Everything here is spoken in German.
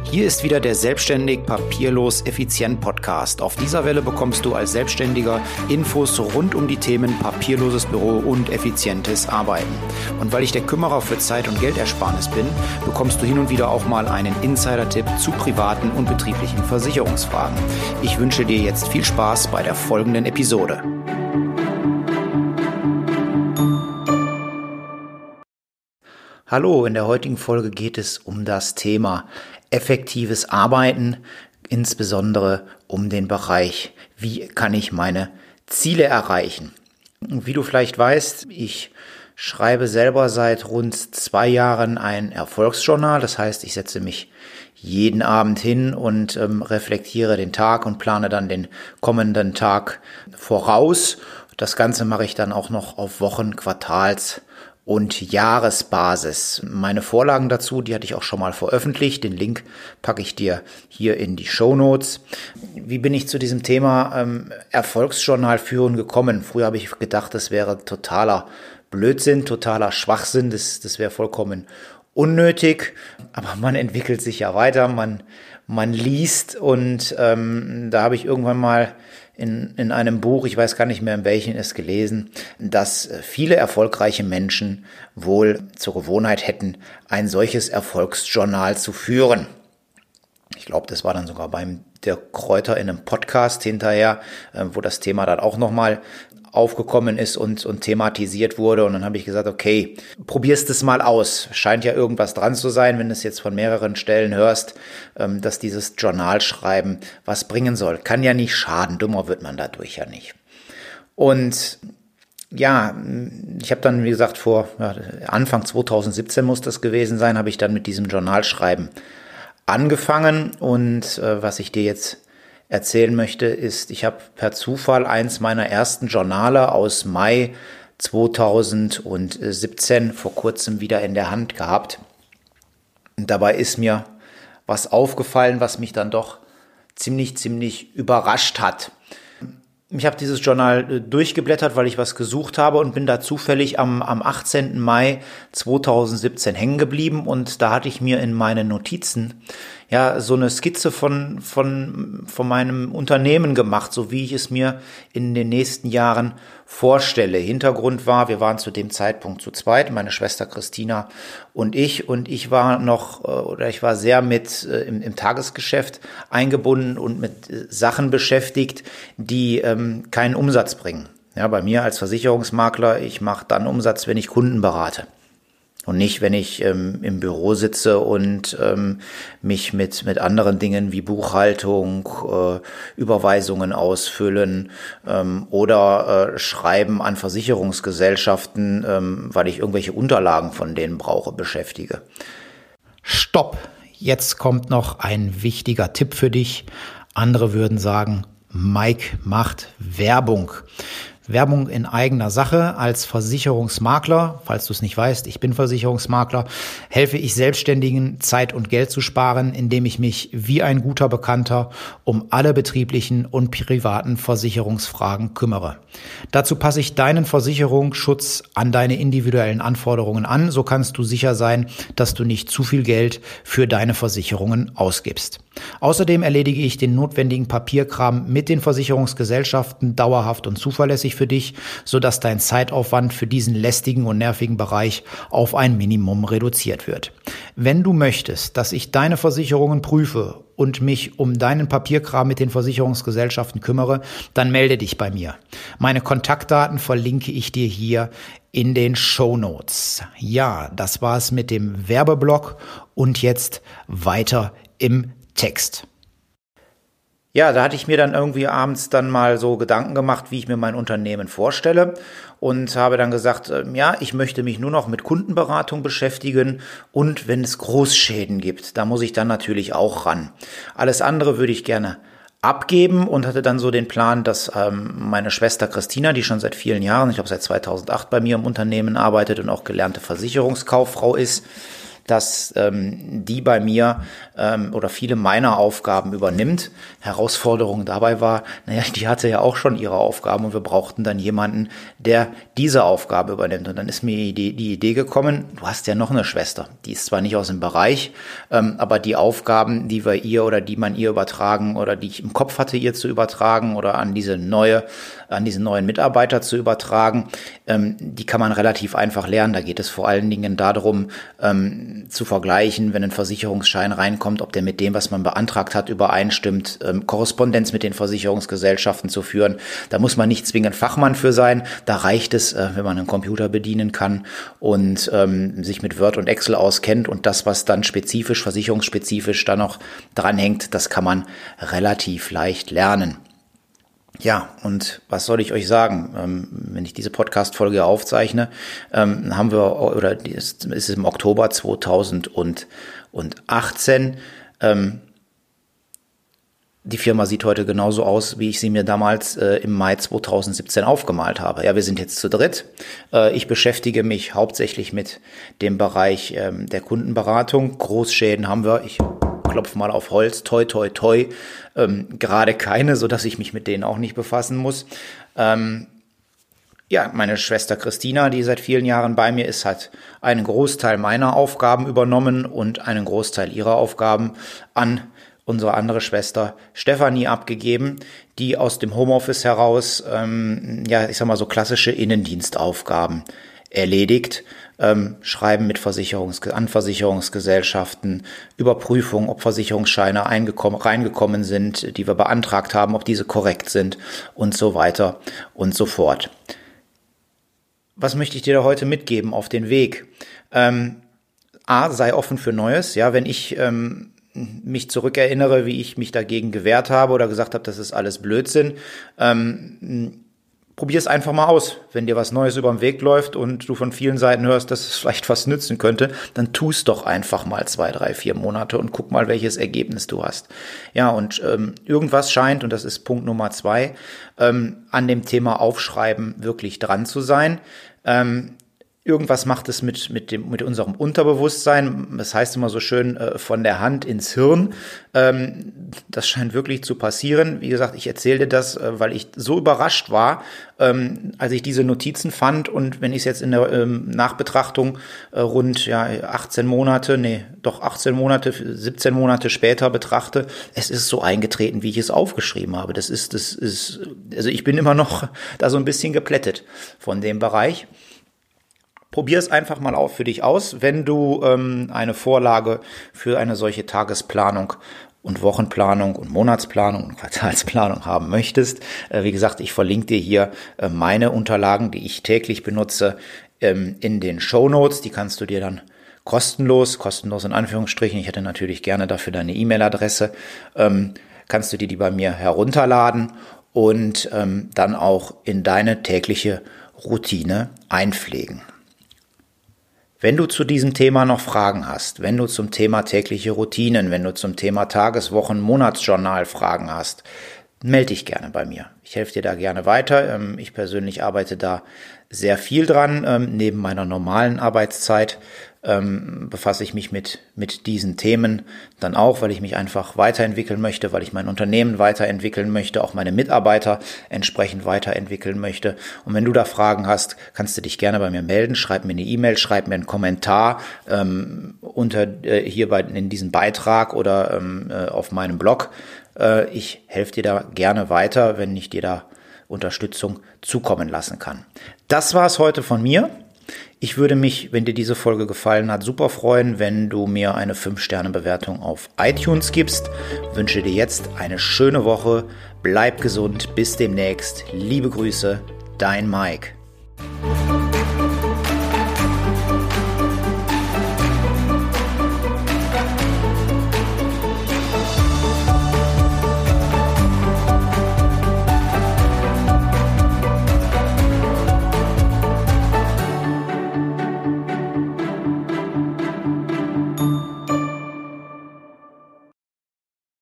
Hier ist wieder der Selbstständig Papierlos Effizient Podcast. Auf dieser Welle bekommst du als Selbstständiger Infos rund um die Themen papierloses Büro und effizientes Arbeiten. Und weil ich der Kümmerer für Zeit- und Geldersparnis bin, bekommst du hin und wieder auch mal einen Insider-Tipp zu privaten und betrieblichen Versicherungsfragen. Ich wünsche dir jetzt viel Spaß bei der folgenden Episode. Hallo, in der heutigen Folge geht es um das Thema effektives Arbeiten, insbesondere um den Bereich, wie kann ich meine Ziele erreichen. Und wie du vielleicht weißt, ich schreibe selber seit rund 2 Jahren ein Erfolgsjournal. Das heißt, ich setze mich jeden Abend hin und reflektiere den Tag und plane dann den kommenden Tag voraus. Das Ganze mache ich dann auch noch auf Wochen-, Quartals- und Jahresbasis. Meine Vorlagen dazu, die hatte ich auch schon mal veröffentlicht. Den Link packe ich dir hier in die Shownotes. Wie bin ich zu diesem Thema Erfolgsjournal führen gekommen? Früher habe ich gedacht, das wäre totaler Blödsinn, totaler Schwachsinn. Das wäre vollkommen unnötig. Aber man entwickelt sich ja weiter, man liest und da habe ich irgendwann mal in einem Buch, ich weiß gar nicht mehr in welchem, es gelesen, dass viele erfolgreiche Menschen wohl zur Gewohnheit hätten, ein solches Erfolgsjournal zu führen. Ich glaube, das war dann sogar beim Dirk Kräuter in einem Podcast hinterher, wo das Thema dann auch nochmal aufgekommen ist und thematisiert wurde. Und dann habe ich gesagt, okay, probierst es mal aus. Scheint ja irgendwas dran zu sein, wenn du es jetzt von mehreren Stellen hörst, dass dieses Journalschreiben was bringen soll. Kann ja nicht schaden, dummer wird man dadurch ja nicht. Und ja, ich habe dann, wie gesagt, Anfang 2017 muss das gewesen sein, habe ich dann mit diesem Journalschreiben angefangen. Und was ich dir jetzt erzählen möchte, ist, ich habe per Zufall eins meiner ersten Journale aus Mai 2017 vor kurzem wieder in der Hand gehabt. Und dabei ist mir was aufgefallen, was mich dann doch ziemlich überrascht hat. Ich habe dieses Journal durchgeblättert, weil ich was gesucht habe und bin da zufällig am 18. Mai 2017 hängen geblieben und da hatte ich mir in meine Notizen ja so eine Skizze von meinem Unternehmen gemacht, so wie ich es mir in den nächsten Jahren vorstelle. Hintergrund war, wir waren zu dem Zeitpunkt zu zweit, meine Schwester Christina und ich war sehr im Tagesgeschäft eingebunden und mit Sachen beschäftigt, die keinen Umsatz bringen. Ja, bei mir als Versicherungsmakler, ich mache dann Umsatz, wenn ich Kunden berate. Und nicht, wenn ich im Büro sitze und mich mit anderen Dingen wie Buchhaltung, Überweisungen ausfüllen oder Schreiben an Versicherungsgesellschaften, weil ich irgendwelche Unterlagen von denen brauche, beschäftige. Stopp! Jetzt kommt noch ein wichtiger Tipp für dich. Andere würden sagen, Mike macht Werbung. Werbung in eigener Sache als Versicherungsmakler, falls du es nicht weißt, ich bin Versicherungsmakler, helfe ich Selbstständigen, Zeit und Geld zu sparen, indem ich mich wie ein guter Bekannter um alle betrieblichen und privaten Versicherungsfragen kümmere. Dazu passe ich deinen Versicherungsschutz an deine individuellen Anforderungen an, so kannst du sicher sein, dass du nicht zu viel Geld für deine Versicherungen ausgibst. Außerdem erledige ich den notwendigen Papierkram mit den Versicherungsgesellschaften dauerhaft und zuverlässig für dich, sodass dein Zeitaufwand für diesen lästigen und nervigen Bereich auf ein Minimum reduziert wird. Wenn du möchtest, dass ich deine Versicherungen prüfe und mich um deinen Papierkram mit den Versicherungsgesellschaften kümmere, dann melde dich bei mir. Meine Kontaktdaten verlinke ich dir hier in den Shownotes. Ja, das war's mit dem Werbeblock und jetzt weiter im Text. Ja, da hatte ich mir dann irgendwie abends dann mal so Gedanken gemacht, wie ich mir mein Unternehmen vorstelle und habe dann gesagt, ich möchte mich nur noch mit Kundenberatung beschäftigen und wenn es Großschäden gibt, da muss ich dann natürlich auch ran. Alles andere würde ich gerne abgeben und hatte dann so den Plan, dass meine Schwester Christina, die schon seit vielen Jahren, ich glaube seit 2008 bei mir im Unternehmen arbeitet und auch gelernte Versicherungskauffrau ist, dass die bei mir oder viele meiner Aufgaben übernimmt. Herausforderung dabei war, die hatte ja auch schon ihre Aufgaben und wir brauchten dann jemanden, der diese Aufgabe übernimmt. Und dann ist mir die Idee gekommen, du hast ja noch eine Schwester, die ist zwar nicht aus dem Bereich, aber die Aufgaben, die wir ihr oder die man ihr übertragen oder die ich im Kopf hatte, ihr zu übertragen oder an diesen neuen Mitarbeiter zu übertragen, die kann man relativ einfach lernen. Da geht es vor allen Dingen darum, zu vergleichen, wenn ein Versicherungsschein reinkommt, ob der mit dem, was man beantragt hat, übereinstimmt, Korrespondenz mit den Versicherungsgesellschaften zu führen. Da muss man nicht zwingend Fachmann für sein. Da reicht es, wenn man einen Computer bedienen kann und sich mit Word und Excel auskennt und das, was dann versicherungsspezifisch da noch dranhängt, das kann man relativ leicht lernen. Ja, und was soll ich euch sagen? Wenn ich diese Podcast-Folge aufzeichne, ist es im Oktober 2018. Die Firma sieht heute genauso aus, wie ich sie mir damals im Mai 2017 aufgemalt habe. Ja, wir sind jetzt zu dritt. Ich beschäftige mich hauptsächlich mit dem Bereich der Kundenberatung. Großschäden haben wir. Ich klopfe mal auf Holz, toi, toi, toi, gerade keine, sodass ich mich mit denen auch nicht befassen muss. Meine Schwester Christina, die seit vielen Jahren bei mir ist, hat einen Großteil meiner Aufgaben übernommen und einen Großteil ihrer Aufgaben an unsere andere Schwester Stefanie abgegeben, die aus dem Homeoffice heraus, so klassische Innendienstaufgaben erledigt. Schreiben mit Versicherungsgesellschaften, Überprüfung, ob Versicherungsscheine reingekommen sind, die wir beantragt haben, ob diese korrekt sind und so weiter und so fort. Was möchte ich dir da heute mitgeben auf den Weg? Sei offen für Neues. Ja, wenn ich mich zurückerinnere, wie ich mich dagegen gewehrt habe oder gesagt habe, das ist alles Blödsinn, probier es einfach mal aus. Wenn dir was Neues über den Weg läuft und du von vielen Seiten hörst, dass es vielleicht was nützen könnte, dann tu es doch einfach mal 2, 3, 4 Monate und guck mal, welches Ergebnis du hast. Ja, und irgendwas scheint, und das ist Punkt Nummer 2, an dem Thema Aufschreiben wirklich dran zu sein. Irgendwas macht es mit unserem Unterbewusstsein. Das heißt immer so schön, von der Hand ins Hirn. Das scheint wirklich zu passieren. Wie gesagt, ich erzähle dir das, weil ich so überrascht war, als ich diese Notizen fand. Und wenn ich es jetzt in der Nachbetrachtung 17 Monate später betrachte, es ist so eingetreten, wie ich es aufgeschrieben habe. Also ich bin immer noch da so ein bisschen geplättet von dem Bereich. Probier es einfach mal für dich aus, wenn du eine Vorlage für eine solche Tagesplanung und Wochenplanung und Monatsplanung und Quartalsplanung haben möchtest. Wie gesagt, ich verlinke dir hier meine Unterlagen, die ich täglich benutze, in den Shownotes. Die kannst du dir dann kostenlos in Anführungsstrichen, ich hätte natürlich gerne dafür deine E-Mail-Adresse, kannst du dir die bei mir herunterladen und dann auch in deine tägliche Routine einpflegen. Wenn du zu diesem Thema noch Fragen hast, wenn du zum Thema tägliche Routinen, wenn du zum Thema Tages-, Wochen-, Monatsjournal Fragen hast, melde dich gerne bei mir. Ich helfe dir da gerne weiter. Ich persönlich arbeite da sehr viel dran. Neben meiner normalen Arbeitszeit befasse ich mich mit diesen Themen dann auch, weil ich mich einfach weiterentwickeln möchte, weil ich mein Unternehmen weiterentwickeln möchte, auch meine Mitarbeiter entsprechend weiterentwickeln möchte. Und wenn du da Fragen hast, kannst du dich gerne bei mir melden. Schreib mir eine E-Mail, schreib mir einen Kommentar in diesem Beitrag oder auf meinem Blog. Ich helfe dir da gerne weiter, wenn ich dir da Unterstützung zukommen lassen kann. Das war es heute von mir. Ich würde mich, wenn dir diese Folge gefallen hat, super freuen, wenn du mir eine 5-Sterne-Bewertung auf iTunes gibst. Wünsche dir jetzt eine schöne Woche. Bleib gesund. Bis demnächst. Liebe Grüße, dein Mike.